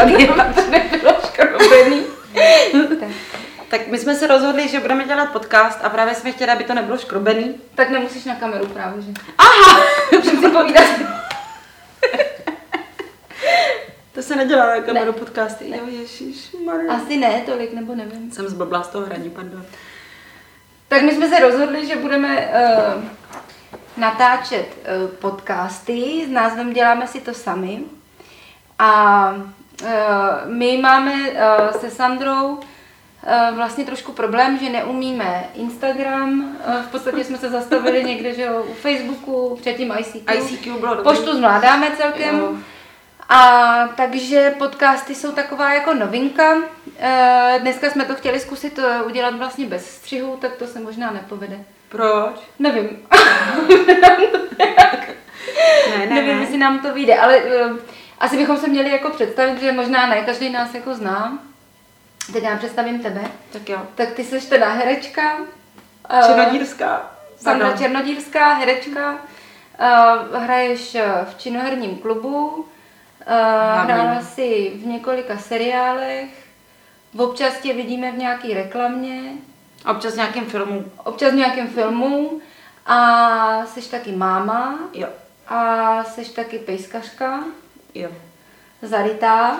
aby to nebylo škrobený. Tak my jsme se rozhodli, že budeme dělat podcast a právě jsme chtěli, aby to nebylo škrobený. Tak nemusíš na kameru právě, že? Aha! Můžu si povídat. To se nedělá na kameru podcasty. Jo, ježišmarja. Asi ne tolik, nebo nevím. Jsem zblblá z toho hraní, pardon. Tak my jsme se rozhodli, že budeme natáčet podcasty s názvem Děláme si to sami. A my máme se Sandrou vlastně trošku problém, že neumíme Instagram. V podstatě jsme se zastavili někde, že jo, u Facebooku, předtím ICQ. ICQ bylo dobrý. Poštu zvládáme celkem. Jo. A takže podcasty jsou taková jako novinka. Dneska jsme to chtěli zkusit udělat vlastně bez střihu, tak to se možná nepovede. Proč? Nevím. Ne. Nevím, jestli nám to vyjde, ale asi bychom se měli jako představit, že možná ne každý nás jako zná. Teď já představím tebe. Tak jo. Tak ty jsi teda herečka. Černodírská. Sandra Černodírská, herečka. Hraješ v činoherním klubu. Hrála si v několika seriálech. Občas tě vidíme v nějaký reklamě. Občas nějakým filmu. Občas v nějakém filmu. A jsi taky máma. Jo. A jsi taky pejskařka. Jo. Zarytá.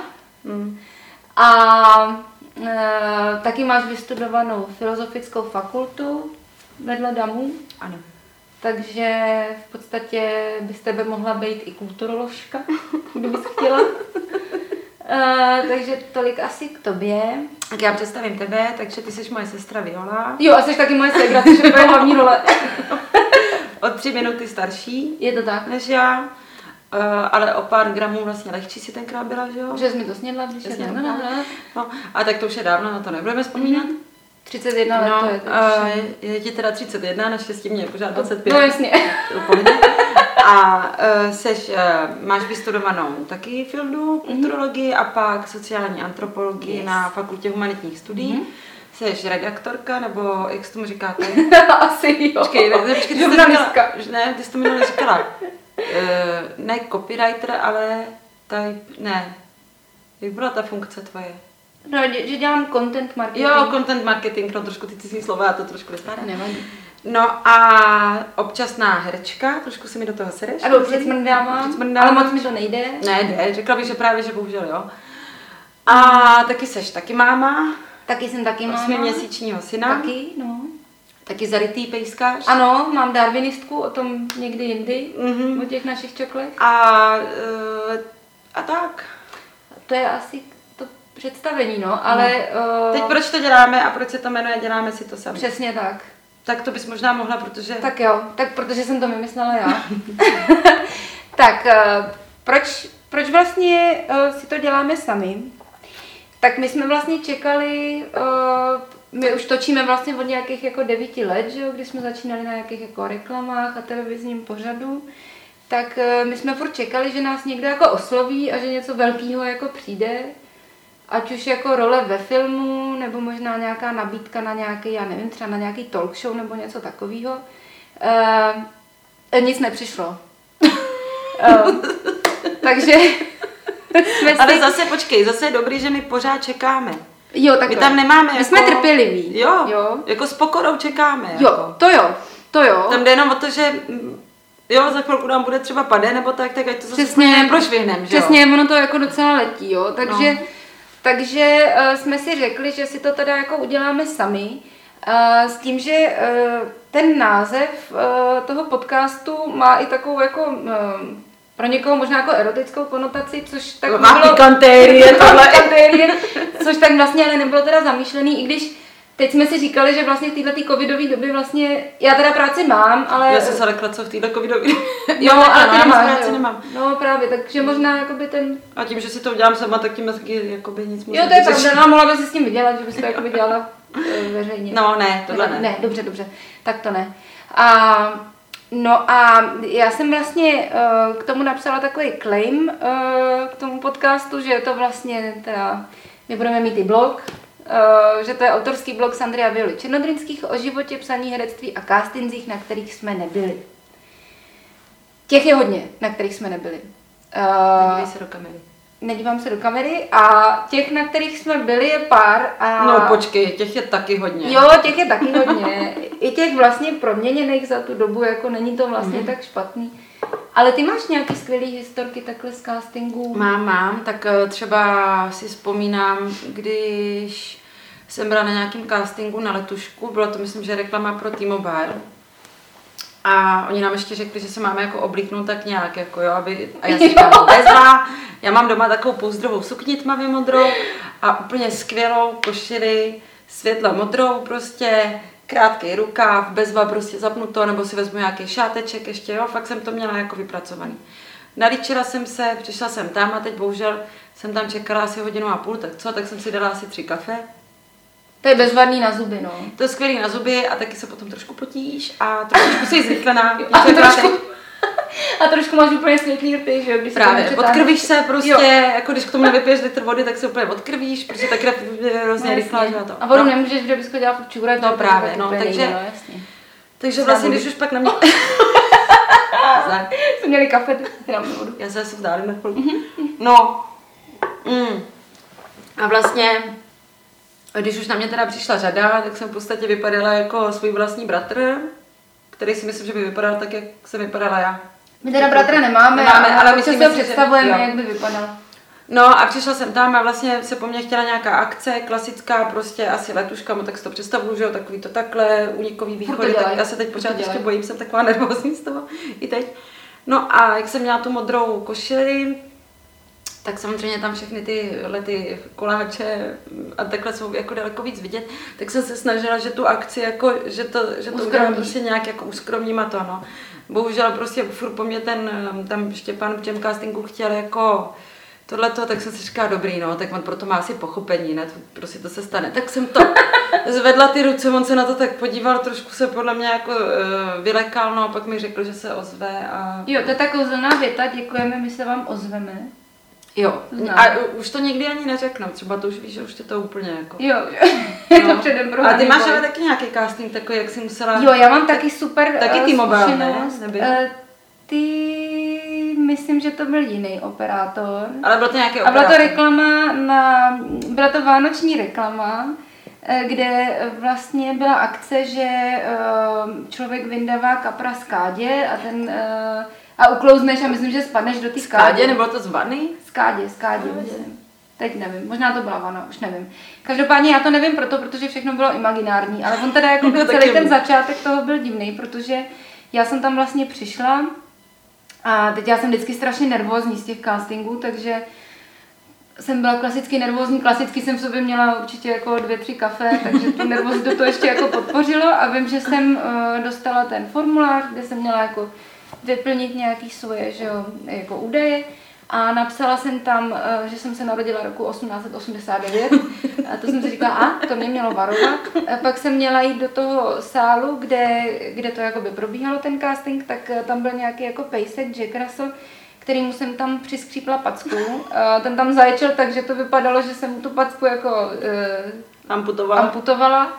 A taky máš vystudovanou filozofickou fakultu vedle DAMu. Ano. Takže v podstatě by z tebe mohla být i kulturoložka, kdybys chtěla. Takže tolik asi k tobě. Tak já představím tebe, takže ty jsi moje sestra Viola. Jo, a jsi taky moje ségra, což je tvoje hlavní role. O 3 minuty starší. Je to tak. Než já. Ale o pár gramů vlastně lehčí si tenkrát byla, že jo? Že jsi mi to snědla, když je No, a tak to už je dávno, na to nebudeme vzpomínat. 31 let to je. Je ti teda 31, naštěstí mě je pořád 25. No jasně. A máš vystudovanou taky fildu, kulturologii a pak sociální antropologii na Fakultě humanitních studií. Jsi redaktorka, nebo jak se tomu říkáte? Asi jo. Počkej, žurnalistka. Ne, ty jsi to minule říkala. Ne copywriter, ale ne. Jak byla ta funkce tvoje? No, že dělám content marketing. Jo, content marketing, no trošku ty cizí slova, já to trošku nespadá. Nevadí. No a občasná herečka, trošku si mi do toho sereš. Ano, předsmrdávám, ale moc mi to nejde. Ne, řekla bych, že právě, že bohužel jo. A taky seš taky máma. Taky jsem taky máma. 8měsíčního syna. Taky, no. Taky zarytý pejskař. Ano, mám darwinistku, o tom někdy jindy, o těch našich čoklech. A tak. To je asi to představení, no, ale... Teď proč to děláme a proč se to jmenuje Děláme si to sami? Přesně tak. Tak to bys možná mohla, protože... Tak jo, tak protože jsem to vymyslela já. Tak, proč vlastně si to děláme sami? Tak my jsme vlastně čekali, my už točíme vlastně od nějakých jako 9 let, že jo, kdy jsme začínali na nějakých jako reklamách a televizním pořadu. Tak my jsme furt čekali, že nás někdo jako osloví a že něco velkého jako přijde. Ať už jako role ve filmu, nebo možná nějaká nabídka na nějaký, já nevím, třeba na nějaký talk show nebo něco takového. Nic nepřišlo. Takže ale zase počkej, zase je dobrý, že my pořád čekáme. Jo, tak my tam nemáme my jsme trpěliví. Jo, jako s pokorou čekáme. Jo, jako. to jo. Tam jde jenom o to, že jo, za chvilku nám bude třeba pade, nebo tak ať to zase neprošvihnem, že jo. Přesně, ono to jako docela letí, jo, takže jsme si řekli, že si to teda jako uděláme sami, s tím, že ten název toho podcastu má i takovou jako pro někoho možná jako erotickou konotaci, což tak má pikantérie, což tak vlastně ale nebylo teda zamýšlený, i když teď jsme si říkali, že vlastně v této covidové době vlastně, já teda práci mám, ale... Já jsem se lekla, co v této covidové době. Jo, ale ty nemáš, práci nemám. No právě, takže možná jakoby ten... A tím, že si to udělám sama, tak tím taky jakoby nic můžu. Jo, to je pravda, no, mohla bys si s tím vydělat, že bys to jakoby dělala veřejně. No ne, tohle ne. Ne, dobře, tak to ne. No a já jsem vlastně k tomu napsala takový claim k tomu podcastu, že je to vlastně teda, my budeme mít i blog, že to je autorský blog Sandry a Violy Černodrinských o životě, psaní, herectví a castingzích, na kterých jsme nebyli. Těch je hodně, na kterých jsme nebyli. Dívej se do kamery. nedívám se do kamery, a těch, na kterých jsme byli, je pár. A... No počkej, těch je taky hodně. Jo, těch je taky hodně. I těch vlastně proměněných za tu dobu, jako není to vlastně tak špatný. Ale ty máš nějaký skvělý historky takhle z castingu? Mám, tak třeba si vzpomínám, když jsem byla na nějakém castingu na letušku, bylo to myslím, že reklama pro T-Mobile. A oni nám ještě řekli, že se máme jako oblíknout tak nějak, jako jo, aby, a já si říkám, bezva, já mám doma takovou pouzdrovou sukni tmavě modrou a úplně skvělou košili, světle modrou prostě, krátký rukáv, bezva prostě zapnuto, nebo si vezmu nějaký šáteček ještě, jo, fakt jsem to měla jako vypracovaný. Nalíčila jsem se, přišla jsem tam a teď bohužel jsem tam čekala asi 1,5 hodiny, tak co, tak jsem si dala asi 3 kafe. To je bezvadný na zuby, no. To je skvělý na zuby a taky se potom trošku potíš a trošku jsi zrychlená. A trošku máš úplně světlý rty, že jo? Když právě, odkrvíš se prostě, jako když k tomu nevypiješ litr vody, tak se úplně odkrvíš, protože ta krev je hrozně rychlá, že to. A vodu nemůžeš, že bys to dělala furt čůrat. No právě, no, takže vlastně, když už pak na mě... Jsme měli kafe, tak si dám vodu. Já se asi vzdálím na chvilku. No. A vlastně... Když už na mě teda přišla řada, tak jsem v podstatě vypadala jako svůj vlastní bratr, který si myslím, že by vypadal tak, jak jsem vypadala já. My teda bratra nemáme, ale my si představujeme, jak by vypadal. No a přišla jsem tam a vlastně se po mně chtěla nějaká akce, klasická, prostě asi letuška, tak si to představuju, že jo, takový to takhle, únikový východy, tak já se teď pořád ještě bojím, jsem taková nervózní z toho i teď. No a jak jsem měla tu modrou košili, tak samozřejmě tam všechny ty lety koláče a takhle jsou jako daleko víc vidět, tak jsem se snažila, že tu akci jako, že to udělám prostě nějak jako uskromním a to, no. Bohužel prostě furt po mě tam Štěpán v těm castingu chtěl jako tohleto, tak jsem si říkala, dobrý, no, tak on proto má asi pochopení, ne, prostě to se stane. Tak jsem to zvedla ty ruce, on se na to tak podíval, trošku se podle mě jako vylekal, no, a pak mi řekl, že se ozve a... Jo, to je ta kouzelná věta, děkujeme, my se vám ozveme. Jo, a už to nikdy ani neřeknu, třeba to už víš, že už je to úplně jako... Jo, je to předem pro. A ty máš ale taky nějaký casting takový, jak jsi musela... Jo, já mám taky super taky T-Mobile, ne? Ty, myslím, že to byl jiný operátor. Ale byl to nějaký operátor. A byla to reklama byla to vánoční reklama, kde vlastně byla akce, že člověk vyndává kapra z kádě a uklouzneš a myslím, že spadneš do té kádě. Nebylo to z vany? Z kádě. Teď nevím, možná to byla vana, už nevím. Každopádně já to nevím protože všechno bylo imaginární, ale on teda jako celý ten začátek toho byl divný, protože já jsem tam vlastně přišla a teď já jsem vždycky strašně nervózní z těch castingů, takže jsem byla klasicky nervózní, klasicky jsem v sobě měla určitě jako 2-3 kafe, takže tu nervozitu to ještě jako podpořilo a vím, že jsem dostala ten formulář, kde jsem měla jako vyplnit nějaký svoje, že jo, jako údaje a napsala jsem tam, že jsem se narodila roku 1889 a to jsem si říkala, to mě mělo varovat. A pak jsem měla jít do toho sálu, kde to jakoby probíhalo ten casting, tak tam byl nějaký jako pejsek Jack Russell, kterýmu jsem tam přiskřípla packu. Ten tam zaječel, takže to vypadalo, že jsem mu tu packu jako amputovala.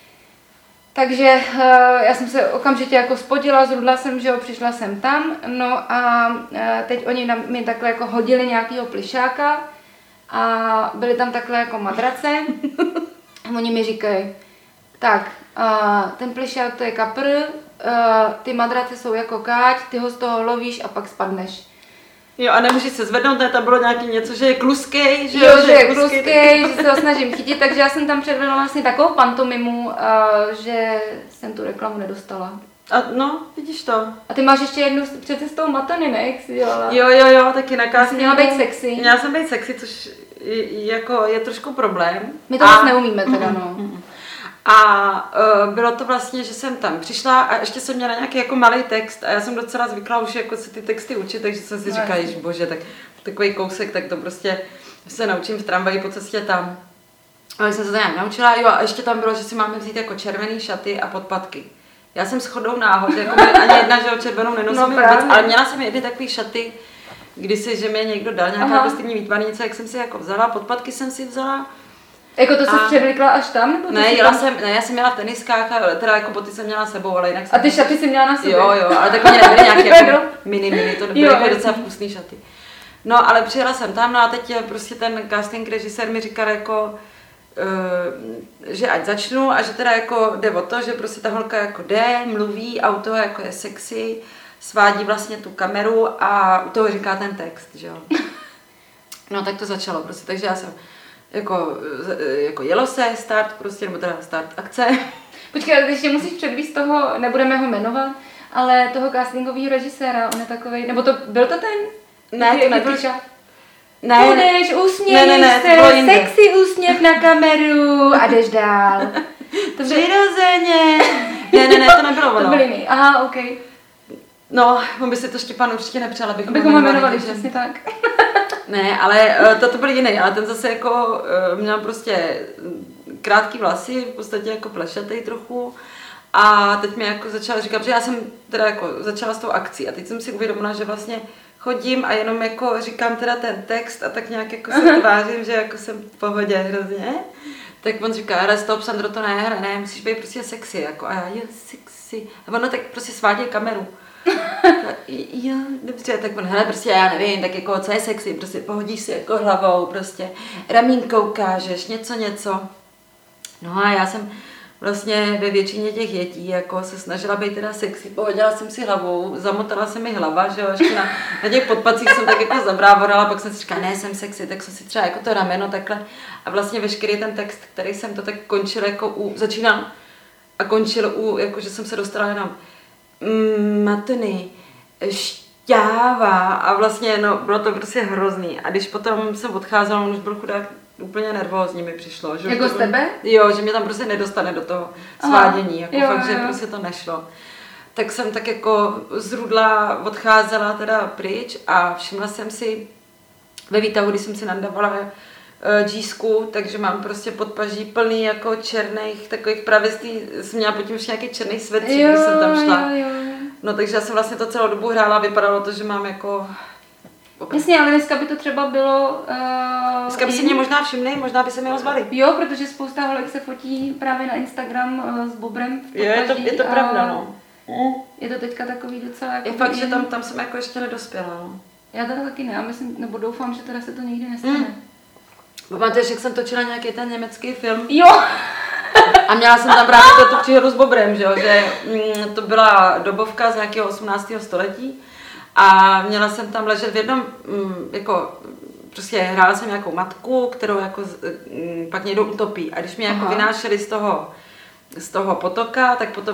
Takže já jsem se okamžitě jako spodila, zrudla jsem, že jo, přišla jsem tam, no a teď oni mi takhle jako hodili nějakýho plišáka a byly tam takhle jako madrace a oni mi říkají, tak ten plišák to je kapr, ty madrace jsou jako káť, ty ho z toho lovíš a pak spadneš. Jo, a nemůžeš se zvednout, ne, tam bylo nějaký něco, že je kluskej, že jo, že je kluskej, že se ho snažím chytit, takže já jsem tam předvedla vlastně takovou pantomimu, že jsem tu reklamu nedostala. A no, vidíš to. A ty máš ještě jednu přece s tou Matony, ne, jak jsi dělala? Jo, taky na castingu. Měla být sexy. Měla jsem být sexy, což je trošku problém. My to moc neumíme teda, no. A bylo to vlastně, že jsem tam přišla a ještě jsem měla nějaký jako malý text a já jsem docela zvyklá už jako si ty texty učit, takže jsem si říkala, bože, tak takový kousek, tak to prostě se naučím v tramvaji po cestě tam. Ale jsem se to nějak naučila, jo, a ještě tam bylo, že si máme vzít jako červený šaty a podpatky. Já jsem shodou náhod, jako ani jedna, že červenou nenosím vůbec, ale měla jsem jedny takový šaty, kdysi, že mi někdo dal nějaká kostýmní výtvarnice, jak jsem si jako vzala, podpatky jsem si vzala. Jako to jsi převlíkla až tam? Nebo ne, já jsem měla v teniskách, teda jako boty jsem měla sebou, ale jinak jsem... A ty šaty jsi měla na sobě? Jo, ale tak oni nebyly nějaké jako mini, to byly jako docela vkusný šaty. No, ale přijela jsem tam, no a teď prostě ten casting režisér mi říkal jako, že ať začnu a že teda jako jde o to, že prostě ta holka jako jde, mluví, auto jako je sexy, svádí vlastně tu kameru a u toho říká ten text, že jo. No tak to začalo prostě, takže já jsem jako jelo se start prostě, nebo teda start akce. Počkej, ale ještě musíš předvíst toho, nebudeme ho jmenovat, ale toho castingového režiséra, on je takovej, nebo to byl to ten? Ne, to nebyl. Ne, půjdeš, usměješ se, sexy úsměv na kameru a jdeš dál. To přirozeně. Ne, to nebylo ono. To byli my, aha, ok. No, on by si to Štěpán určitě nepřál, abychom ho jmenovali, přesně tak. Ne, ale to byl jiný, ale ten zase jako měl prostě krátký vlasy, v podstatě jako plešatej trochu. A teď mi jako začala říkat, že já jsem teda jako začala s tou akcí a teď jsem si uvědomila, že vlastně chodím a jenom jako říkám teda ten text a tak nějak jako se tvářím, že jako jsem v pohodě hrozně. Tak on říká, ale stop, Sandro, to ne, musíš být prostě sexy, jako a já, jo, sexy. A ono tak prostě svádí kameru. Jo, dobře, tak on, hele, prostě já nevím, tak jako co je sexy, prostě pohodíš si jako hlavou, prostě ramínko ukážeš, něco. No a já jsem vlastně ve většině těch jetí jako se snažila být teda sexy, pohodila jsem si hlavou, zamotala se mi hlava, že jo, ještě na těch podpacích jsem tak jako zabrávorala, pak jsem si říkala, ne, jsem sexy, tak jsem si třeba jako to rameno takhle a vlastně veškerý ten text, který jsem to tak končil jako začínal a končil jako že jsem se dostala jenom matny, šťáva a vlastně, no, bylo to prostě hrozný a když potom jsem odcházela, on už byl chudák úplně nervózní mi přišlo. Že jako z tebe? Jo, že mě tam prostě nedostane do toho svádění, jako fakt, že prostě to nešlo. Tak jsem tak jako zrudla, odcházela teda pryč a všimla jsem si ve výtahu, když jsem si nandavala džísku, takže mám prostě podpaží plný jako černých, takových pravistý, jsem měla pod tím už nějaký černý svetřík, když jsem tam šla. Jo. No takže já jsem vlastně to celou dobu hrála a vypadalo to, že mám jako... Jasně, ale dneska by to třeba bylo... Dneska by si mě možná všimli, možná by se mi ozvali. Jo, protože spousta holek se fotí právě na Instagram s bobrem v podpaží. Je to pravda, no. Je to teďka takový docela... Je fakt, že tam jsem jako ještě nedospěla, no. Já teda taky ne, myslím, nebo doufám, že teda se to nikdy nestane. Pamatuješ, jak jsem točila nějaký ten německý film? Jo! A měla jsem tam právě tu příhodu s bobrem, že to byla dobovka z nějakého 18. století. A měla jsem tam ležet v jednom, jako prostě hrála jsem nějakou matku, kterou jako pak někdo utopí. A když mě jako vynášeli z toho potoka, tak potom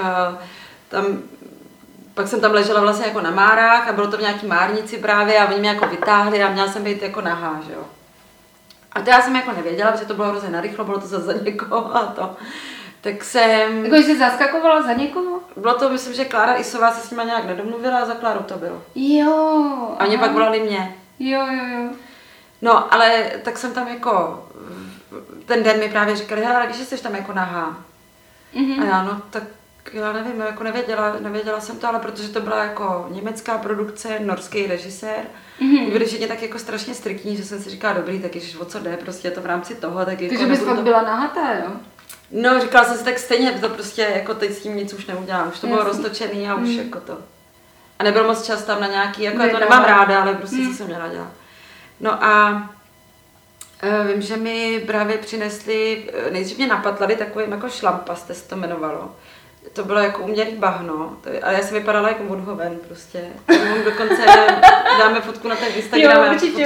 pak jsem tam ležela vlastně jako na márách a bylo to v nějaký márnici právě a oni mě jako vytáhli a měla jsem být jako nahá, že jo. A to já jsem jako nevěděla, protože to bylo hrozně narychlo, bylo to za někoho a to. Tak jsem... Jako jsi zaskakovala za někoho? Bylo to, myslím, že Klára Isová se s nima nějak nedomluvila a za Kláru to bylo. Jo. A oni pak volali mě. Jo. No, ale tak jsem tam jako... Ten den mi právě říkali, hele, víš, že jsi tam jako nahá. A já, no, tak já nevím, jako nevěděla jsem to, ale protože to byla jako německá produkce, norský režisér. Byli všichni tak jako strašně striktní, že jsem si říkala, dobrý, tak ježiš, o co jde, prostě je to v rámci toho, tak jako... Takže bys fakt byla nahatá, jo? No, říkala jsem si, tak stejně to prostě, jako teď s tím nic už neudělám, už to bylo roztočený a už jako to. A nebyl moc čas tam na nějaký, jako já to nemám ráda, ale prostě co jsem měla dělat. No a vím, že mi právě přinesli, nejdřív mě napatlali takovým jako šlampas, to jmenovalo. To bylo jako umělý bahno, ale já jsem vypadala jako Woodhoven prostě. Dokonce dáme fotku na ten Instagram, jo, určitě.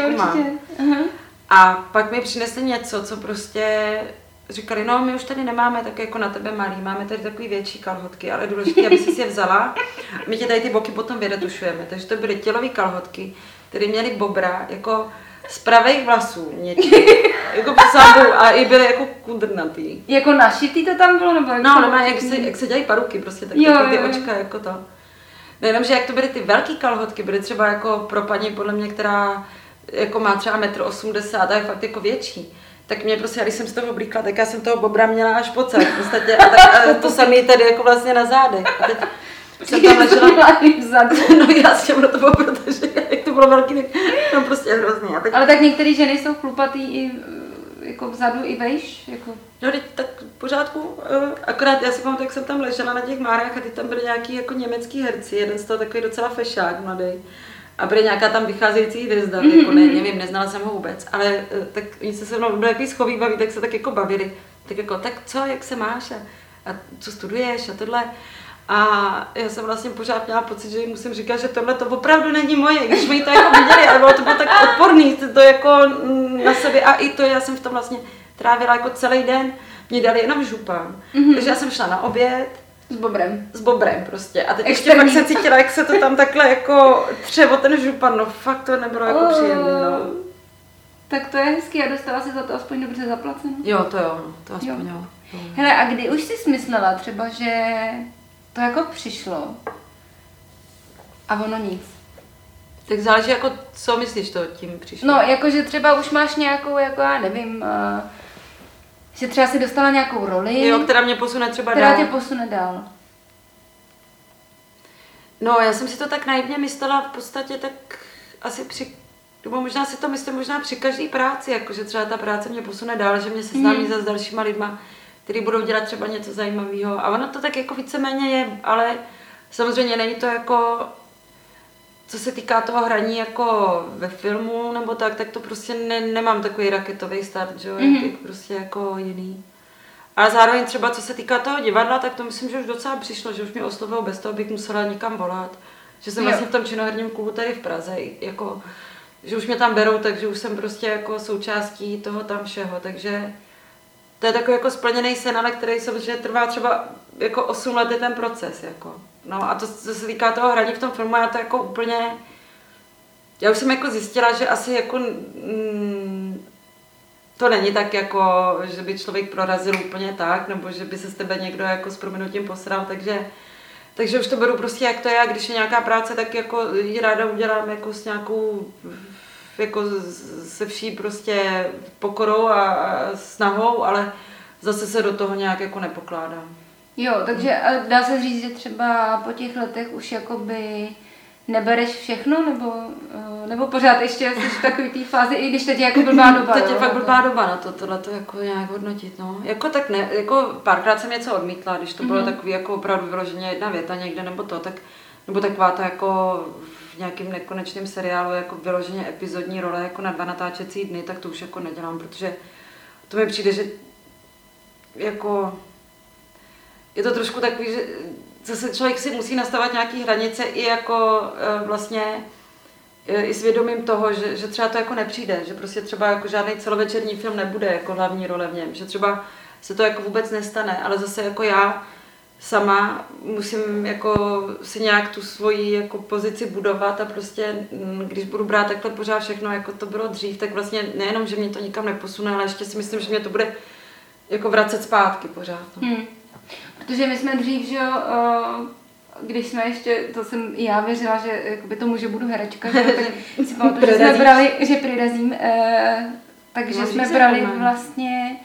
A pak mi přinesli něco, co prostě říkali, no my už tady nemáme tak jako na tebe malý, máme tady takový větší kalhotky, ale důležité, aby si je vzala. My tě tady ty boky potom vyretušujeme, takže to byly tělové kalhotky, které měly bobra jako z pravých vlasů něčí, jako psábu a i byly jako kudrnatý. Jako našitý to tam bylo? Nebo no, jak se dělají paruky prostě, tak ty očka jako to. Nejenom, že jak to byly ty velký kalhotky, byly třeba jako pro paní podle mě, která jako má třeba 1,80 m a je fakt jako větší. Tak mě prostě, když jsem z toho oblíkla, tak já jsem toho bobra měla až po celé v podstatě a to samé tady jako vlastně na zádech. A teď jsem tam ležela vzadu. No jasně, to bylo, protože jak to bylo velký, no prostě hrozný. Teď... Ale tak některé ženy jsou chlupatý i jako vzadu i vejš? Jako... No tak v pořádku, akorát já si pamatuju, jak jsem tam ležela na těch márách a teď tam byly nějaký jako německý herci, jeden z toho takový docela fešák mladý. a bude nějaká tam vycházející hvězda, jako nevím, neznala jsem ho vůbec, ale tak oni se mnou do jaký schoví baví, tak se tak jako bavili, tak jako, tak co, jak se máš a co studuješ a tohle. A já jsem vlastně pořád měla pocit, že jim musím říkat, že tohle to opravdu není moje, když mi to jako viděli, ale to bylo tak odporný, to jako na sebe a i to, já jsem v tom vlastně trávila jako celý den, mě dali jenom župan, takže já jsem šla na oběd, S bobrem prostě. A teď ještě pak se cítila, jak se to tam takhle jako třebo ten župan, no fakt to nebylo jako příjemné, no. Tak to je hezký a dostala si za to aspoň dobře zaplaceno. Jo, to aspoň jo. Hele, a kdy už jsi smyslela třeba, že to jako přišlo a ono nic? Tak záleží jako, co myslíš to tím přišlo? No, jakože třeba už máš nějakou, jako já nevím, že třeba si dostala nějakou roli. Jo, která mě posune třeba dál. Která tě posune dál. No, já jsem si to tak naivně myslela v podstatě tak asi nebo možná si to myslím možná při každé práci, jakože třeba ta práce mě posune dál, že mě seznámí s dalšíma lidma, kteří budou dělat třeba něco zajímavého. A ono to tak jako víceméně je, ale samozřejmě není to jako, co se týká toho hraní jako ve filmu nebo tak to prostě nemám takový raketový start, že jo, jak prostě jako jiný. Ale zároveň třeba co se týká toho divadla, tak to myslím, že už docela přišlo, že už mě oslovilo bez toho, bych musela někam volat. Že jsem vlastně v tom činoherním klubu tady v Praze, jako, že už mě tam berou, takže už jsem prostě jako součástí toho tam všeho, takže to je takový jako splněný sen, ale který samozřejmě trvá třeba jako 8 let je ten proces, jako. No a to, co se týká toho hraní v tom filmu, já to jako úplně, já už jsem jako zjistila, že asi jako to není tak jako, že by člověk prorazil úplně tak, nebo že by se z tebe někdo jako s prominutím posral, takže už to beru prostě jak to je, a když je nějaká práce, tak jako ji ráda udělám jako s nějakou, jako se vší prostě pokorou a snahou, ale zase se do toho nějak jako nepokládám. Jo, takže dá se říct, že třeba po těch letech už jakoby nebereš všechno, nebo pořád ještě jsi v takový té fázi, i když teď je jako blbá doba. Teď je fakt blbá doba na tohle to jako nějak hodnotit, no. Jako tak ne, jako párkrát jsem něco odmítla, když to bylo takový jako opravdu vyloženě jedna věta někde nebo to, tak, nebo taková ta jako v nějakým nekonečném seriálu jako vyloženě epizodní role jako na 2 natáčecí dny, tak to už jako nedělám, protože to mi přijde, že jako je to trošku takový, že zase člověk si musí nastavovat nějaký hranice i jako vlastně i s vědomím toho, že třeba to jako nepřijde, že prostě třeba jako žádný celovečerní film nebude jako hlavní role v něm, že třeba se to jako vůbec nestane, ale zase jako já sama musím jako si nějak tu svoji jako pozici budovat a prostě když budu brát takhle pořád všechno, jako to bylo dřív, tak vlastně nejenom, že mě to nikam neposune, ale ještě si myslím, že mě to bude jako vracet zpátky pořád. No. Protože my jsme dřív, že když jsme ještě, to jsem i já věřila, že jakoby tomu, že budu herečka, že tak si pamatuju, že jsme brali, že přirazím, takže jsme brali vlastně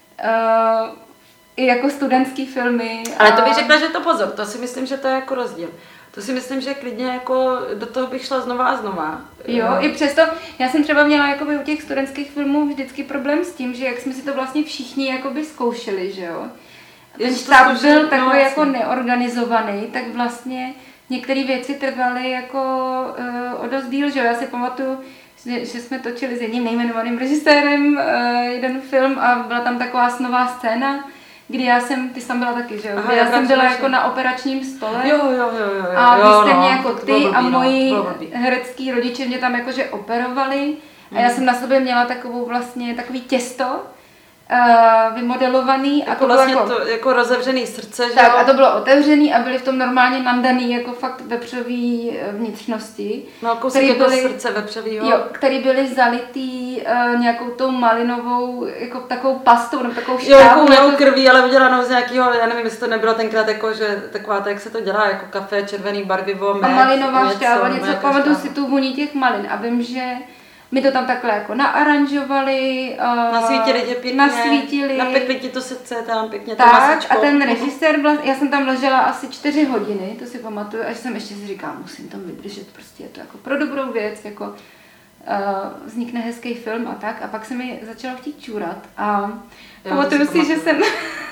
i jako studentský filmy. Ale to bych řekla, že to pozor, to si myslím, že to je jako rozdíl. To si myslím, že klidně jako do toho bych šla znova a znova. Jo, i přesto, já jsem třeba měla jakoby u těch studentských filmů vždycky problém s tím, že jak jsme si to vlastně všichni jakoby zkoušeli, že jo. Ten štáb byl takový jako neorganizovaný, tak vlastně některé věci trvaly jako o dost díl, že jo. Já si pamatuju, že jsme točili s jedním nejmenovaným režisérem jeden film a byla tam taková snová scéna, kdy ty jsi tam byla taky, že jo? Aha, já jsem byla jako na operačním stole. Jo. A vy jste mě jako ty a moji herecký rodiče mě tam jakože operovali a já jsem na sobě měla takový těsto, vymodelovaný. Jako a to vlastně bylo jako rozevřený srdce, že tak, jo? A to bylo otevřený a byly v tom normálně nandaný jako fakt vepřový vnitřnosti. No, kousek jako srdce vepřovýho. Jo, který byly zalitý nějakou tou malinovou, jako takovou pastou, nebo takovou šťávou. Jo, krví, ale udělanou z nějakého, já nevím, jestli to nebylo tenkrát jako, že taková, jak se to dělá, jako kafe, červený barvivo, med, a malinová šťáva, něco, pamatuju si tu vůni těch malin a vím, že my to tam takhle jako naaranžovali, nasvítili tě pěkně, napekli ti to srdce, tam pěkně to masičko. A ten režisér, já jsem tam ležela asi 4 hodiny, to si pamatuju, až jsem ještě si říkala, musím tam vydržet, prostě je to jako pro dobrou věc, jako vznikne hezký film a tak, a pak se mi začalo chtít čůrat a pamatuju si, že jsem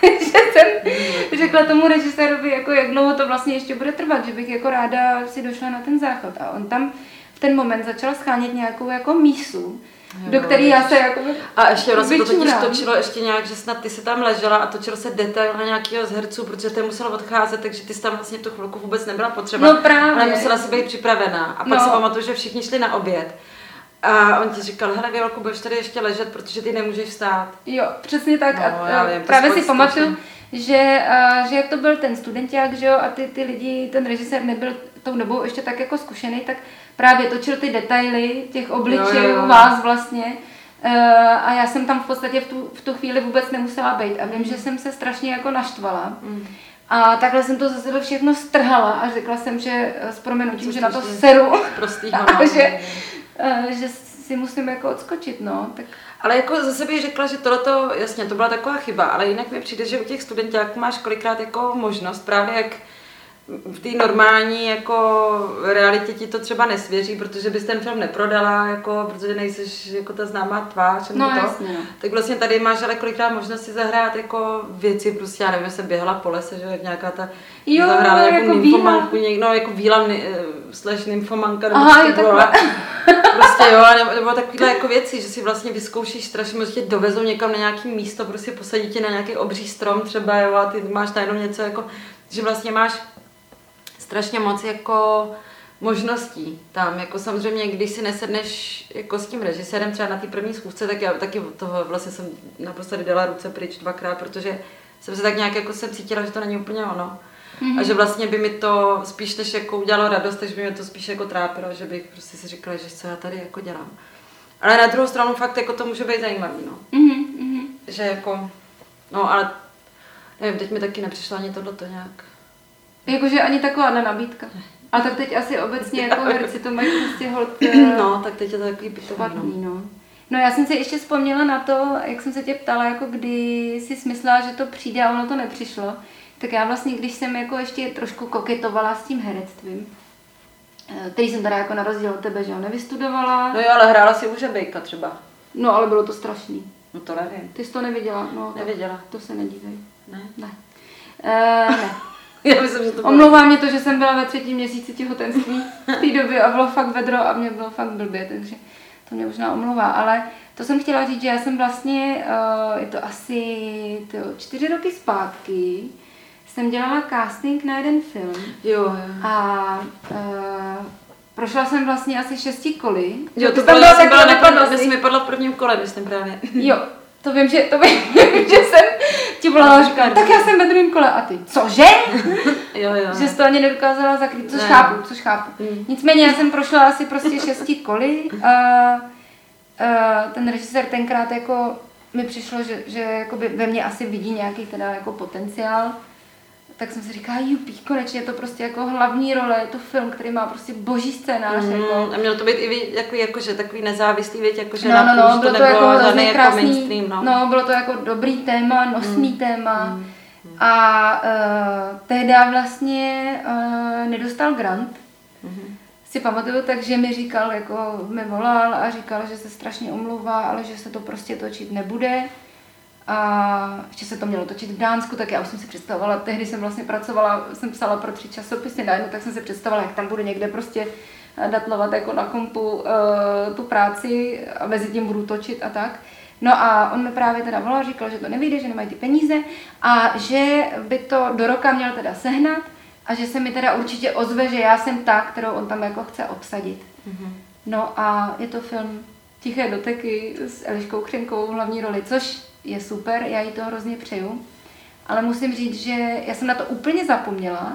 řekla tomu režisérovi, jako jak dlouho to vlastně ještě bude trvat, že bych jako ráda si došla na ten záchod a on tam ten moment začal schánět nějakou jako mísu, do který já se jako a ještě ono se to totiž točilo ještě nějak, že snad ty se tam ležela a točilo se detail na nějakého z herců, protože ty musela odcházet, takže ty jsi tam vlastně v tu chvilku vůbec nebyla potřeba. No právě. Ale musela si být připravená. A pak si pamatuju, že všichni šli na oběd. A on ti říkal, hele Vělko, budeš tady ještě ležet, protože ty nemůžeš vstát. Jo, přesně tak. No, a vím, právě si pamatuju, že jak to byl ten studenták, že jo, a ty lidi, ten režisér nebyl tou dobou ještě tak jako zkušený, tak právě točil ty detaily těch obličejů vás vlastně. A já jsem tam v podstatě v tu chvíli vůbec nemusela být. A vím, že jsem se strašně jako naštvala. A takhle jsem to za sebe všechno strhala a řekla jsem, že s prominutím, že na to seru. A že si musím jako odskočit, no. Tak. Ale jako zase bych řekla, že tohleto, jasně, to byla taková chyba, ale jinak mi přijde, že u těch studentáků máš kolikrát jako možnost, právě jak v té normální jako realitě ti to třeba nesvěří, protože bys ten film neprodala, jako, protože nejseš jako ta známá tvář, no, jasně, no. Tak vlastně tady máš ale kolikrát možnost si zahrát jako věci, prostě já nevím, jsem běhala po lese, že jak nějaká ta zahrála jako nymfomanku, no jako víla slash nymfomanka, nebo prostě jo, nebo takovýhle jako věci, že si vlastně vyzkoušíš strašně moc, tě dovezou někam na nějaký místo, prostě posadí tě na nějaký obří strom třeba, jo, a ty máš najednou něco jako, že vlastně máš strašně moc jako možností tam, jako samozřejmě, když si nesedneš jako s tím režisérem třeba na té první schůzce, tak já taky toho vlastně jsem naposledy dala ruce pryč 2krát, protože jsem se tak nějak jako jsem cítila, že to není úplně ono. A že vlastně by mi to spíš než jako udělalo radost, takže by mi to spíš jako trápilo, že bych prostě si říkala, že co já tady jako dělám. Ale na druhou stranu fakt jako to může být zajímavý, no. Že jako, no ale nevím, teď mi taky nepřišlo ani tohleto nějak. Jakože ani taková nabídka. A tak teď asi obecně jako herci to mají prostě holt. No, tak teď je to takový špatný, no. No já jsem si ještě vzpomněla na to, jak jsem se tě ptala, jako kdy jsi smyslela, že to přijde a ono to nepřišlo. Tak já vlastně, když jsem jako ještě trošku koketovala s tím herectvím, který jsem teda jako na rozdíl od tebe, že ho nevystudovala. No jo, ale hrála si u Žebejka třeba. No ale bylo to strašný. No to nevím. Ty jsi to neviděla? No, neviděla. To se nedívej. Ne? Ne. Ne. Já myslím, že to bylo. Omlouvá mě to, že jsem byla ve 3. měsíci těhotenství v té době a bylo fakt vedro a mě bylo fakt blbě, takže to mě možná omlouvá, ale to jsem chtěla říct, že já jsem vlastně, je to asi 4 roky zpátky, jsem dělala casting na jeden film. Jo. A prošla jsem vlastně asi 6 koly. Jo, to bylo, já jsem vypadla v prvním kole, myslím právě. Jo, to vím, že jsem ti volala a říkala, tak já jsem ve druhém kole a ty, cože? Jo. Že jsi to ani nedokázala zakrýt, což chápu. Nicméně já jsem prošla asi prostě 6 koly a ten režisér tenkrát jako mi přišlo, že jakoby ve mně asi vidí nějaký teda jako potenciál. Tak jsem si říkala, jupí, konečně je to prostě jako hlavní role, je to film, který má prostě boží scénář. Jako. A mělo to být i jakože takový nezávislý, věď, jakože no, to nebylo jako žádný jako mainstream. No, bylo to jako dobrý téma, nosný téma. A tehda vlastně nedostal grant. Si pamatuju, takže mi říkal, jako mi volal a říkal, že se strašně omlouvá, ale že se to prostě točit nebude. A ještě se to mělo točit v Dánsku, tak já už jsem si představovala, tehdy jsem vlastně pracovala, jsem psala pro 3 časopisy najednou, tak jsem si představovala, jak tam budu někde prostě datlovat jako na kompu tu práci a mezi tím budu točit a tak. No a on mi právě teda volal, říkal, že to nevyjde, že nemají ty peníze a že by to do roka měl teda sehnat a že se mi teda určitě ozve, že já jsem ta, kterou on tam jako chce obsadit. No a je to film Tiché doteky s Eliškou Křenkovou v hlavní roli, což je super, já jí to hrozně přeju, ale musím říct, že já jsem na to úplně zapomněla.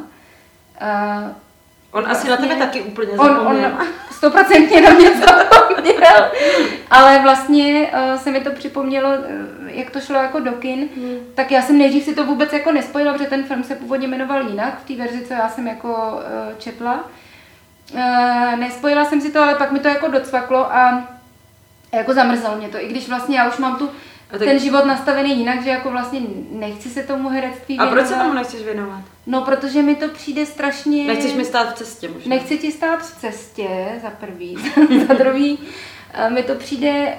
On vlastně, asi na tebe taky úplně zapomněl. On 100% na mě zapomněl, ale vlastně se mi to připomnělo, jak to šlo jako do kin, tak já jsem nejdřív si to vůbec jako nespojila, protože ten film se původně jmenoval jinak, v té verzi, co já jsem jako četla. Nespojila jsem si to, ale pak mi to jako docvaklo a jako zamrzalo mě to, i když vlastně já už mám ten život nastavený jinak, že jako vlastně nechci se tomu herectví věnovat. A proč se tomu nechceš věnovat? No, protože mi to přijde strašně... Nechceš mi stát v cestě možná. Nechci ti stát v cestě, za prvý. Za druhý, mi to přijde,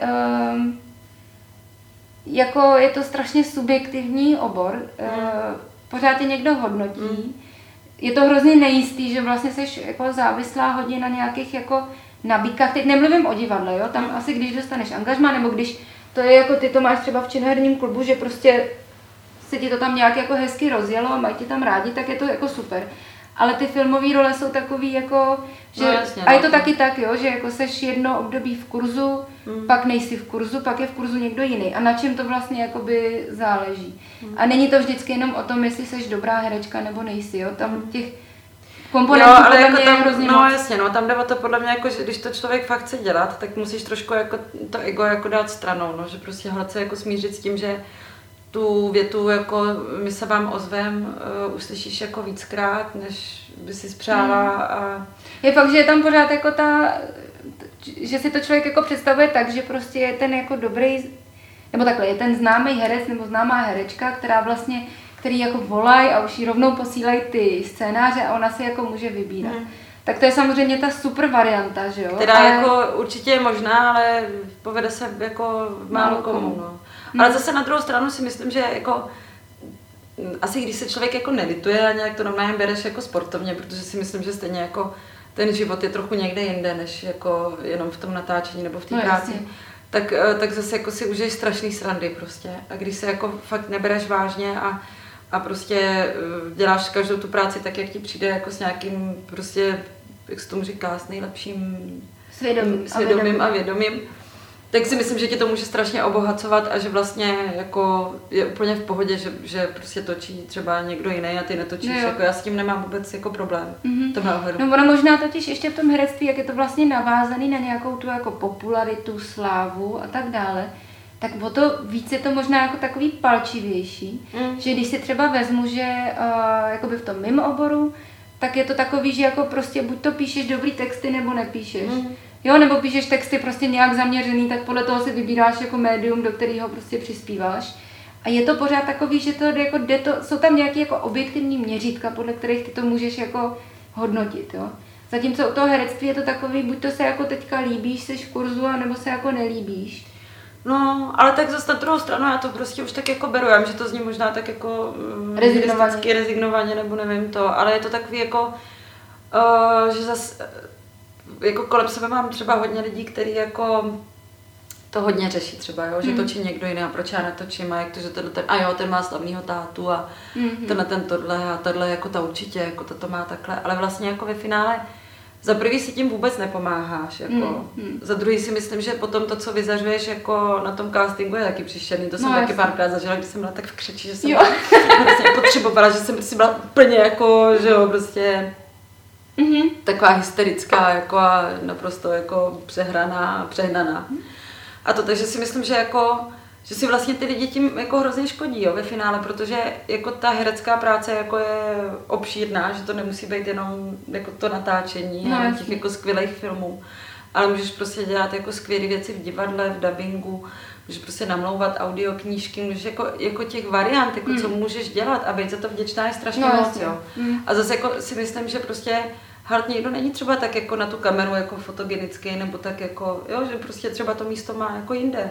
jako je to strašně subjektivní obor. Pořád tě někdo hodnotí. je to hrozně nejistý, že vlastně jsi jako závislá hodně na nějakých jako nabídkách. Teď nemluvím o divadle, jo? Tam asi když dostaneš angažmá, nebo když to je jako ty to máš třeba v činoherním klubu, že prostě se ti to tam nějak jako hezky rozjelo a mají tě tam rádi, tak je to jako super. Ale ty filmové role jsou takový jako, že, jasně, a je to taky tak, jo, že jako seš jedno období v kurzu, pak nejsi v kurzu, pak je v kurzu někdo jiný. A na čem to vlastně jakoby záleží. A není to vždycky jenom o tom, jestli seš dobrá herečka nebo nejsi, jo, tam těch komponentů ale jako je tam, hrozně no moc. jasně, no tam jde o to podle mě jako, že když to člověk fakt chce dělat, tak musíš trošku jako to ego jako dát stranou, no, že prostě hledat se jako smířit s tím, že tu větu jako my se vám ozvem, uslyšíš jako víckrát, než by si spřála a... Je fakt, že je tam pořád jako že si to člověk jako představuje tak, že prostě je ten jako dobrý, nebo takhle, je ten známý herec nebo známá herečka, která vlastně, který jako volají a už jí rovnou posílají ty scénáře a ona si jako může vybírat. Tak to je samozřejmě ta super varianta, že jo? Která jako určitě je možná, ale povede se jako málo komu, no. Ale zase na druhou stranu si myslím, že jako asi když se člověk jako nelituje a nějak to normálně bereš jako sportovně, protože si myslím, že stejně jako ten život je trochu někde jinde, než jako jenom v tom natáčení nebo v té práci. Tak zase jako si užiješ strašný srandy prostě. A když se jako fakt nebereš vážně a prostě děláš každou tu práci tak, jak ti přijde jako s nějakým prostě, jak se tomu říká, s nejlepším svědomím a vědomím, tak si myslím, že ti to může strašně obohacovat a že vlastně jako je úplně v pohodě, že prostě točí třeba někdo jiný a ty netočíš. Jako já s tím nemám vůbec jako problém. No ono možná totiž ještě v tom herectví, jak je to vlastně navázaný na nějakou tu jako popularitu, slávu a tak dále, tak o to víc je to možná jako takový palčivější, že když si třeba vezmu, že jakoby v tom mimo oboru, tak je to takový, že jako prostě buď to píšeš dobrý texty, nebo nepíšeš. Jo, nebo píšeš texty prostě nějak zaměřený, tak podle toho si vybíráš jako médium, do kterého prostě přispíváš. A je to pořád takový, že to jako jsou tam nějaké jako objektivní měřítka, podle kterých ty to můžeš jako hodnotit, jo. Zatímco u toho herectví je to takový, buď to se jako teďka líbíš, seš v kurzu, anebo se jako nelíbíš. No, ale tak zase na druhou stranu já to prostě už tak jako beru, já vím, že to zní možná tak jako rezignovaně, nebo nevím to, ale je to takový jako, že zase jako kolem sebe mám třeba hodně lidí, kteří jako to hodně řeší třeba, jo? Že točí někdo jiný a proč já netočím a jak to, že ten má slavnýho tátu a ten tohle a tohle jako ta určitě, jako to má takhle, ale vlastně jako ve finále za prvý si tím vůbec nepomáháš, jako. Za druhý si myslím, že potom to, co vyzařuješ jako na tom castingu, je taky příšerný, to jsem taky párkrát zažila, když jsem byla tak v křeči, že jsem vlastně potřebovala, že jsem prostě byla úplně jako, že jo, prostě taková hysterická, jako a naprosto jako přehnaná. A to takže si myslím, že si vlastně ty lidi tím jako hrozně škodí, jo, ve finále, protože jako ta herecká práce jako je obšírná, že to nemusí být jenom jako to natáčení těch jako skvělých filmů, ale můžeš prostě dělat jako skvělé věci v divadle, v dabingu, můžeš prostě namlouvat audioknížky, můžeš jako těch variant, jako co můžeš dělat a být za to vděčná je strašně moc, jo. A zase jako si myslím, že prostě halt někdo není třeba tak jako na tu kameru jako fotogenický, nebo tak jako, jo, že prostě třeba to místo má jako jinde.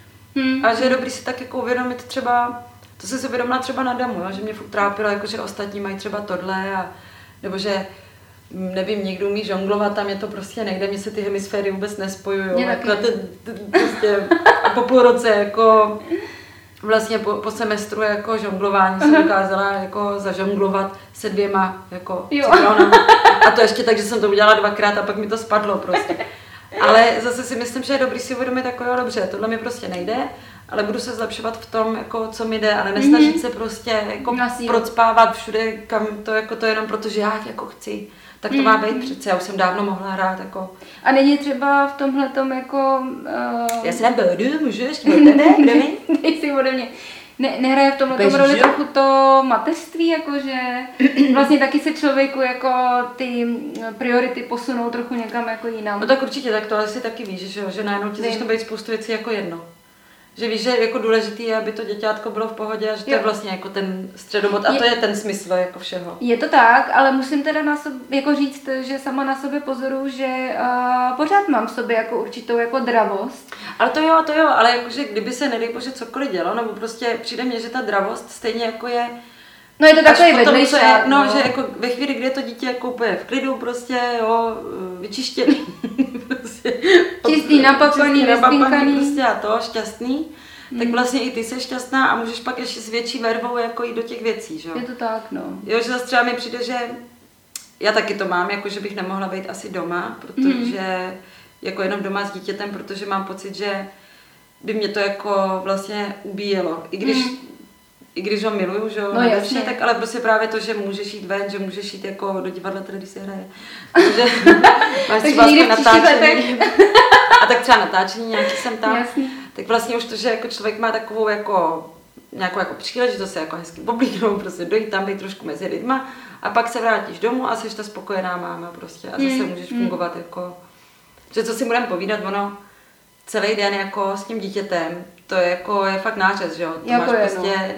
A že je dobrý si tak jako uvědomit třeba, to jsem si uvědomila třeba na Damu, jo, že mě furt trápilo, jako že ostatní mají třeba tohle, nebo že nevím, někdo umí žonglovat, tam je to prostě nejde, mně se ty hemisféry vůbec nespojují, jako prostě, a po půl roce jako vlastně po semestru jako žonglování jsem dokázala jako zažonglovat se 2 jako citronama. A to ještě tak, že jsem to udělala 2krát a pak mi to spadlo prostě. Ale zase si myslím, že je dobrý si uvědomit jako jo, dobře, tohle mi prostě nejde, ale budu se zlepšovat v tom, jako, co mi jde, ale nesnažit se prostě jako procpávat všude, kam to jako to jenom proto, že já jako chci. Tak to má být přece, já už jsem dávno mohla hrát jako. A není třeba v tomhletom jako... Já se nebudu, můžu ještě ne? Dej si ode mě. Nehraje v tomhletom roli trochu to mateřství, jakože vlastně taky se člověku jako ty priority posunou trochu někam jako jinam. No tak určitě, tak to asi taky víš, že najednou ti začne být spoustu věcí jako jedno. Že víš, že jako důležitý je, aby to děťátko bylo v pohodě a že to je vlastně jako ten středobod a to je ten smysl jako všeho. Je to tak, ale musím teda jako říct, že sama na sobě pozoruju, že pořád mám v sobě jako určitou jako dravost. Ale to jo, ale jakože kdyby se nedej bože cokoliv dělo, nebo prostě přijde mně, že ta dravost stejně jako je No je to takový vedlejšák. No, že jako ve chvíli, kdy je to dítě jako úplně v klidu, prostě, jo, vyčištěný, prostě, čistý, napapaný, vyspinkaný. Prostě a to, šťastný, tak vlastně i ty jsi šťastná a můžeš pak ještě s větší vervou jako jít do těch věcí, že jo. Je to tak, no. Jo, že zase třeba mi přijde, že já taky to mám, jako že bych nemohla být asi doma, protože jako jenom doma s dítětem, protože mám pocit, že by mě to jako vlastně ubíjelo. I když ho miluju, že jo, no, jasně. tak ale prostě právě to, že můžeš jít ven, že můžeš jít jako do divadla, tady se hraje. Takže máš třeba natáčení. A tak třeba natáčení nějaký jsem tam. Jasný. Tak vlastně už to, že jako člověk má takovou jako nějakou jako příležitost se jako hezky poblíknout, prostě dojít tam, být trošku mezi lidma a pak se vrátíš domů a jsi ta spokojená máma prostě a zase můžeš fungovat jako, že co si budeme povídat, ono celý den jako s tím dítětem, to je jako je fakt nářez, že jo, to jako máš prostě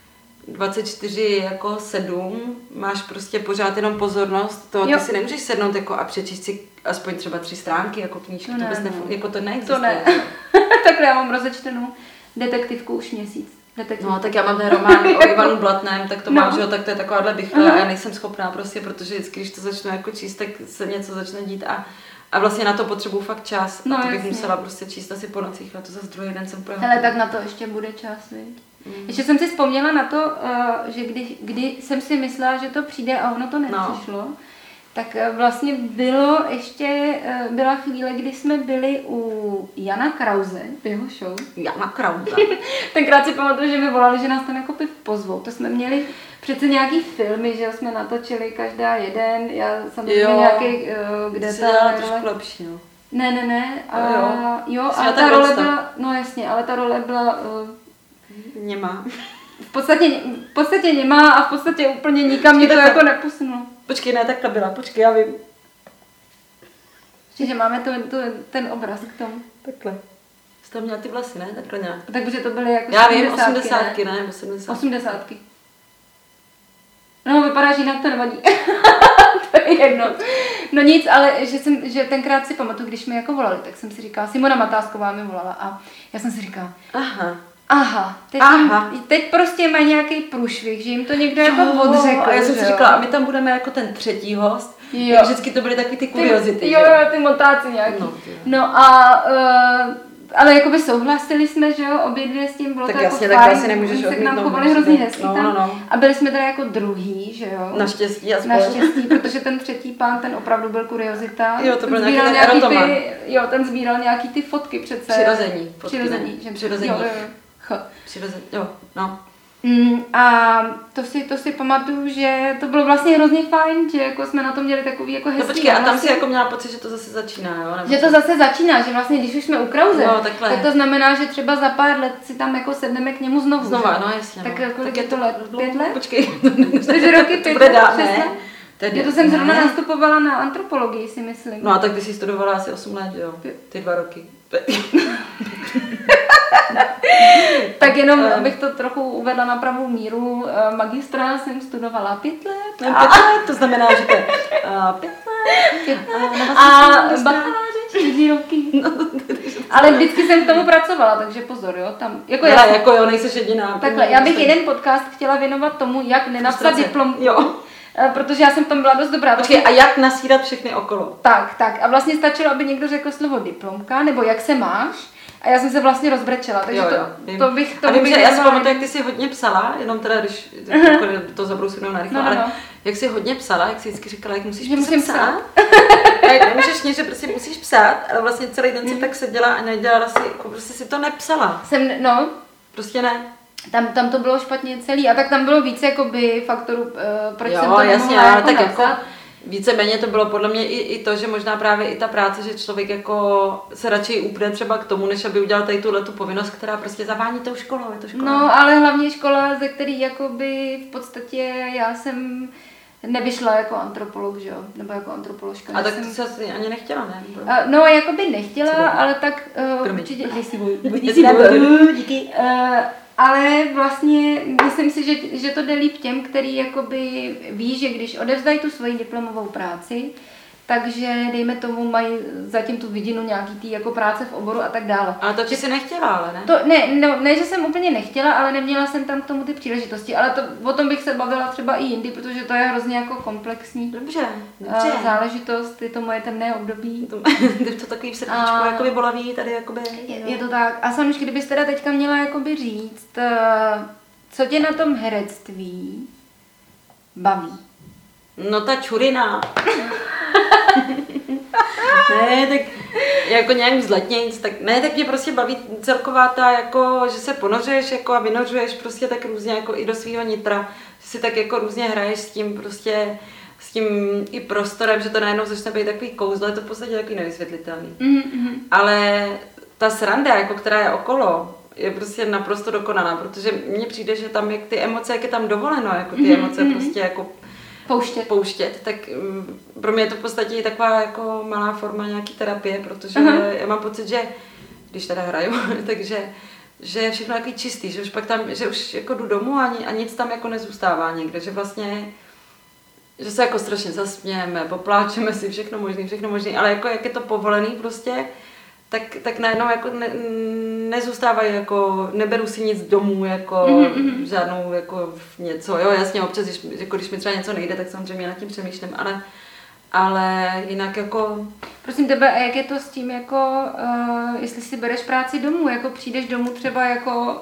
24/7, máš prostě pořád jenom pozornost, to ty si nemůžeš sednout jako a přečíst si aspoň třeba 3 stránky jako knížky, no to jako to neexistuje. To ne. Takhle já mám rozečtenou detektivku už měsíc. No, tak já mám ten román o Ivanu Blatném, tak to mám, že jo, tak to je takováhle bychle a já nejsem schopná prostě, protože vždycky, když to začnu jako číst, tak se něco začne dít a vlastně na to potřebuju fakt čas. No, a to bych jasně. musela prostě číst asi po nocích, a to zase druhý den jsem úplně... Hele, tak na to ještě bude čas, viď? Ještě jsem si vzpomněla na to, že kdy jsem si myslela, že to přijde a ono to nepřišlo, tak vlastně byla chvíle, kdy jsme byli u Jana Krause v jeho show. Jana Krause. Tenkrát si pamatuju, že mi volali, že nás tam jako pozvou. To jsme měli přece nějaký filmy, že jsme natočili každá jeden. Já samozřejmě nějaký, kde ta trošku lepší, no. Ne. Ale ta role byla, no jasně, ale ta role byla... Němá. V podstatě nemá a v podstatě úplně nikam mě to jako neposunulo. Počkej, ne, takhle byla, počkej, já vím. Že máme ten obraz k tomu. Takhle. Jsi tam měla ty vlasy, ne? Takhle nějak. Takže to byly jako já vím, 80, ne? Nebo 70. 80. No, vypadáš jinak, to nevadí. To je jedno. No nic, ale že tenkrát si pamatuju, když mi jako volali, tak jsem si říkala, Simona Matásková mi volala a já jsem si říkala, Aha, teď prostě má nějaký průšvih, že jim to někdo jako odřekl. A já jsem si říkala, a my tam budeme jako ten třetí host. Jo. Vždycky to byly taky ty kuriozity. Jo, ty motáci nějaký. No a ale jakoby souhlasili jsme, že jo, obě dvě s tím, bylo tak to jasně, jako tak fajn, asi nemůžeš se k nám chovali hrozně hezky tam. No. A byli jsme teda jako druhý, že jo. Naštěstí, protože ten třetí pán, ten opravdu byl kuriozita. Jo, to byl nějaký erotoman. Ten sbíral nějaký ty fotky přece. Přirození. Jo, no. A to si pamatuju, že to bylo vlastně hrozně fajn, že jako jsme na to měli takový jako hezký. No počkej, a tam si jako měla pocit, že to zase začíná, jo? Nebo že to zase začíná, že vlastně když už jsme u Krause, tak to znamená, že třeba za pár let si tam jako sedneme k němu znovu. Znova, no jasně. Tak kolik je to let? 5 let? Počkej. 4 roky, 5 let, 6 let? To jsem zrovna nastupovala na antropologii, si myslím. No a tak ty jsi studovala asi 8 let, jo? Ty 2 roky. Tak jenom abych to trochu uvedla na pravou míru, magistra jsem studovala 5 let. To znamená, že to je 5 let. A bakaláře 4 roky. Ale vždycky jsem k tomu pracovala, takže pozor, jo. Tam, jako nejseš jediná. Takhle, já bych jeden podcast chtěla věnovat tomu, jak nenapsat diplom. Jo. Protože já jsem tam byla dost dobrá. Počkej, a jak nasírat všechny okolo? Tak. A vlastně stačilo, aby někdo řekl slovo diplomka, nebo jak se máš. A já jsem se vlastně rozbrečela, takže to bych... Já si pamatuju, jak ty jsi hodně psala, jenom teda, když to zabrousím na rychlo, ale jak jsi hodně psala, jak jsi vždycky říkala, jak musím psát. A nemůžeš mě, že prostě musíš psát, ale vlastně celý den si tak seděla a nedělala si, jako prostě si to nepsala. Prostě ne. Tam to bylo špatně celý a tak tam bylo víc jakoby faktorů, proč jsem to jasně, nemohla tak napsat. jako víceméně to bylo podle mě i to, že možná právě i ta práce, že člověk jako se radši upne třeba k tomu, než aby udělal tady tu povinnost, která prostě zavání tou školou, je to škola. No, ale hlavně škola, ze který jakoby v podstatě já jsem nevyšla jako antropolog, že jo, nebo jako antropoložka. A tak ty jsi asi ani nechtěla, ne? No, jakoby nechtěla, ale tak určitě... Díky. Ale vlastně myslím si, že to jde líp těm, který jakoby ví, že když odevzdají tu svoji diplomovou práci, takže dejme tomu mají zatím tu vidinu nějaký tý jako práce v oboru a tak dále. Ale to ty si nechtěla, ale ne? To, ne, že jsem úplně nechtěla, ale neměla jsem tam k tomu ty příležitosti, ale o tom bych se bavila třeba i jindy, protože to je hrozně jako komplexní Dobře. záležitost, je to moje temné období. To takový v srdíčku, jakoby bolavý, tady jakoby... Je to tak. A Sanuš, kdybys teda teďka měla jakoby říct, co tě na tom herectví baví? No ta čurina. Ne, tak jako nějak vzletnějc, tak ne, tak mě prostě baví celková ta, jako, že se ponořuješ jako a vynořuješ prostě tak různě jako i do svého nitra, že si tak jako různě hraješ s tím prostě, s tím i prostorem, že to najednou začne být takový kouzlo, je to v podstatě takový nevysvětlitelný. Mm-hmm. Ale ta sranda, jako, která je okolo, je prostě naprosto dokonaná, protože mně přijde, že tam jak ty emoce, jak je tam dovoleno, jako ty emoce prostě jako pouštět, tak pro mě je to v podstatě taková jako malá forma nějaký terapie, protože já mám pocit, že když teda hraju, takže že je všechno takový čistý, že už pak tam, že už jako jdu domů a nic tam jako nezůstává někde, že vlastně že se jako strašně zasmějeme, popláčeme si všechno možný, ale jako jak je to povolený prostě, tak najednou jako nezůstávají jako, neberu si nic domů, jako žádnou jako něco, jo jasně občas, když mi třeba něco nejde, tak samozřejmě nad tím přemýšlím, ale jinak jako... Prosím tebe, a jak je to s tím jako, jestli si bereš práci domů, jako přijdeš domů třeba jako...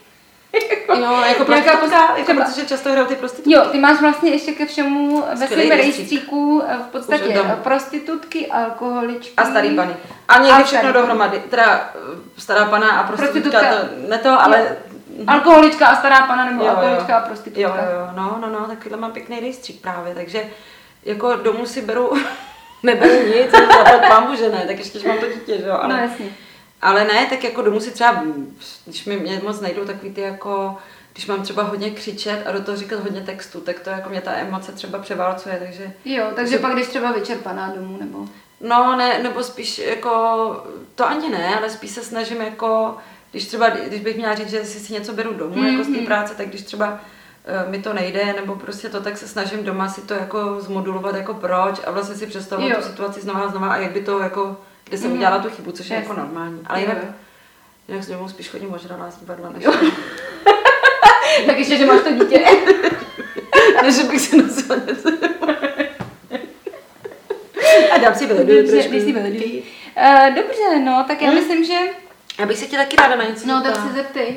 Jo, jako prostitutka, jako protože často hrajou ty prostitutky. Jo, ty máš vlastně ještě ke všemu ve svém rejstříku v podstatě prostitutky, alkoholičky. A starý pany. A někdy všechno dohromady. Teda stará pana a prostitutka, ale... Alkoholička a stará pana, nebo alkoholička a prostitutka. Jo, no, takovýhle mám pěkný rejstřík právě, takže jako domů si neberu nic, zaplať pambu, že ne, tak ještě mám to dítě, že jo, ale... No jasně. Ale ne, tak jako domů si třeba, když mě moc nejdou takový ty jako, když mám třeba hodně křičet a do toho říkat hodně textu, tak to jako mě ta emoce třeba převálcuje, takže... Jo, takže pak když třeba vyčerpaná domů, nebo... No ne, nebo spíš jako, to ani ne, ale spíš se snažím jako, když bych měla říct, že si něco beru domů jako z té práce, tak když třeba mi to nejde, nebo prostě to, tak se snažím doma si to jako zmodulovat jako proč a vlastně si představovat tu situaci znova a jak by to jako, kde jsem udělala tu chybu, což je jako normální. Ale jinak s domů spíš chodím ožralá z divadla, než... Tak ještě, že máš to dítě. Než bych se nosila něco. A dám si vyleduji trošku. Dobře, no, tak já myslím, že... Já bych se tě taky ráda na něco No, tak se zeptej.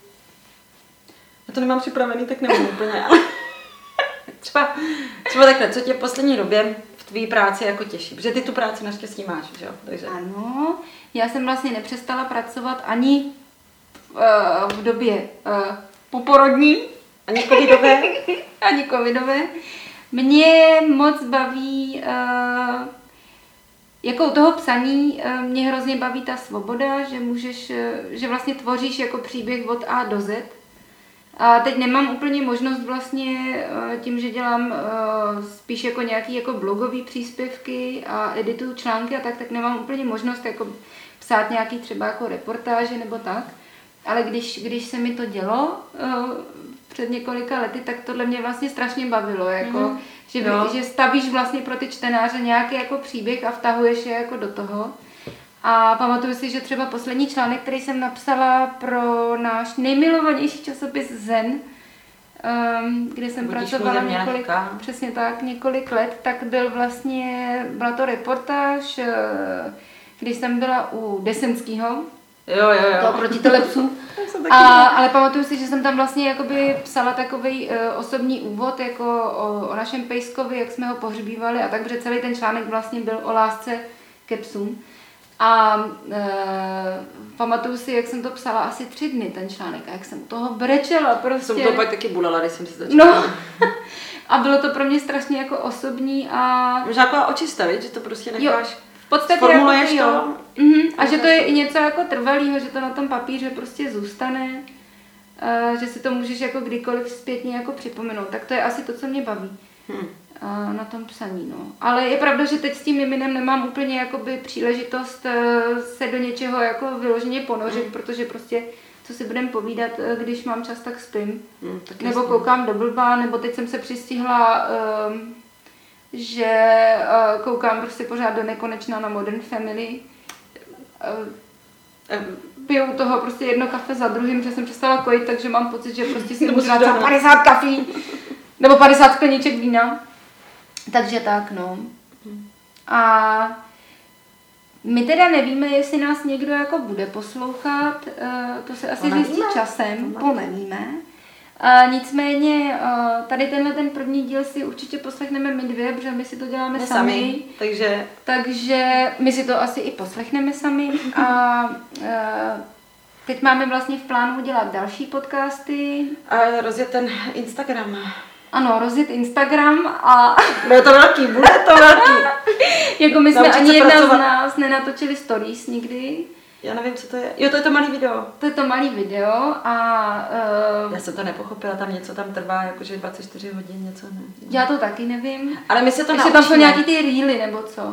Já to nemám připravený, tak nevím úplně, ale... třeba takhle, co tě v poslední době v tvý práci jako těší? Protože ty tu práci naštěstí máš, že jo? Takže... Ano, já jsem vlastně nepřestala pracovat ani v době poporodní. Ani covidové. Ani covidové. Mě moc baví, jako u toho psaní, mě hrozně baví ta svoboda, že můžeš, že vlastně tvoříš jako příběh od A do Z. A teď nemám úplně možnost vlastně tím, že dělám spíš jako nějaký jako blogový příspěvky a edituju články a tak nemám úplně možnost jako psát nějaký třeba jako reportáže nebo tak. Ale když se mi to dělo před několika lety, tak tohle mě vlastně strašně bavilo, jako, že stavíš vlastně pro ty čtenáře nějaký jako příběh a vtahuješ je jako do toho. A pamatuju si, že třeba poslední článek, který jsem napsala pro náš nejmilovanější časopis Zen, kde jsem pracovala několik let, tak byla to reportáž, když jsem byla u Desenského, to proti telepsů. Ale pamatuju si, že jsem tam vlastně jakoby psala takový osobní úvod jako o našem pejskovi, jak jsme ho pohřbívali a tak, protože celý ten článek vlastně byl o lásce ke psům. A pamatuju si, jak jsem to psala asi 3 dny, ten článek, a jak jsem toho brečela prostě. Jsem to pak taky bulala, když jsem si začala. No. A bylo to pro mě strašně jako osobní a... Možná taková očista, víš, že to prostě necháš, v podstatě formuluješ jako, to. A že to je i něco jako trvalého, že to na tom papíře prostě zůstane, že si to můžeš jako kdykoliv zpětně jako připomenout. Tak to je asi to, co mě baví. Na tom psaní, no. Ale je pravda, že teď s tím miminem nemám úplně jakoby příležitost se do něčeho jako vyloženě ponořit, protože prostě, co si budem povídat, když mám čas, tak spím. Nebo koukám do blba, nebo teď jsem se přistihla že koukám prostě pořád do nekonečna na Modern Family. Piju toho prostě jedno kafe za druhým, že jsem přestala kojit, takže mám pocit, že prostě si můžu dát třeba 50 kafí nebo 50 skleniček vína. Takže tak, no. A my teda nevíme, jestli nás někdo jako bude poslouchat, to se asi zjistí časem, to nevíme. Nicméně tady ten první díl si určitě poslechneme my dvě, protože my si to děláme sami. Takže my si to asi i poslechneme sami. A teď máme vlastně v plánu dělat další podcasty. A rozjet ten Instagram. Ano, rozjet Instagram a... Bude to velký. Jako my jsme ani jedna z nás nenatočili stories nikdy. Já nevím, co to je. Jo, to je to malý video. To je to malý video a... Já jsem to nepochopila, tam něco tam trvá, jakože 24 hodin, něco ne. Já to taky nevím. Ale my se to naučíme. Tam jsou nějaký ty reely, nebo co?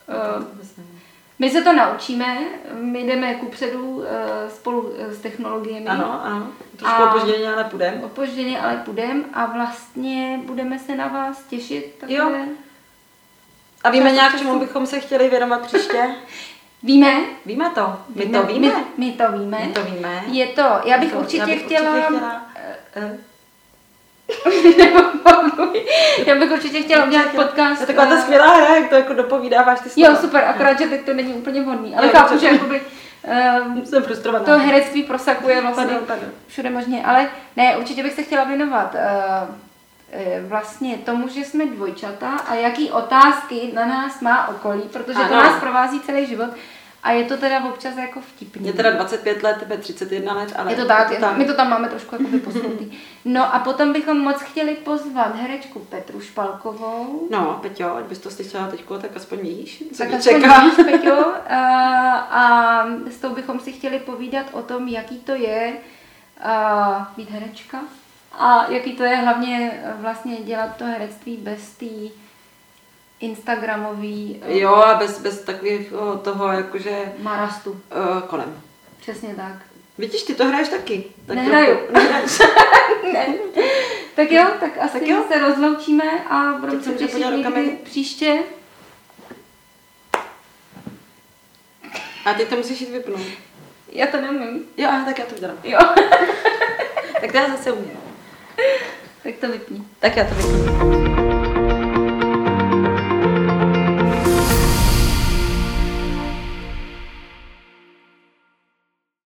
My se to naučíme, my jdeme kupředu spolu s technologiemi. Ano. Trošku opožděně, ale půjdem. Opožděně, ale půjdem a vlastně budeme se na vás těšit. Takové... Jo. A víme nějak, čemu bychom se chtěli věnovat příště? Víme? Víme to. My to víme. My to víme. Je to, já bych určitě chtěla... Já bych určitě chtěla udělat podcast. Je taková ta skvělá hra, jak to jako dopovídáváš ty slova. Jo, super, akorát, že teď to není úplně vhodný. Ale chápu, že jakoby... jsem frustrovaná. To herectví prosakuje vlastně všude možně. Ale ne, určitě bych se chtěla věnovat vlastně tomu, že jsme dvojčata a jaký otázky na nás má okolí, protože to nás provází celý život. A je to teda občas jako vtipný. Je teda 25 let, tebe 31 let, ale... Je to tak, my to tam máme trošku jako posunutý. No a potom bychom moc chtěli pozvat herečku Petru Špalkovou. No, Peťo, ať bys to slyšela teďko, tak aspoň víš, co tak tě aspoň čeká. Víš, Peťo. A s tou bychom si chtěli povídat o tom, jaký to je být herečka. A jaký to je hlavně vlastně dělat to herectví bez té instagramový... Jo, a bez takového toho, jakože... Marastu. Kolem. Přesně tak. Vidíš, ty to hraješ taky. Tak nehraju. Ne. Tak jo, tak asi se rozloučíme a budeme se těšit někdy příště. A ty to musíš jít vypnout. Já to neumím. Jo, tak já to udělám. Jo. Tak to já zase umím. Tak to vypni. Tak já to vypnu.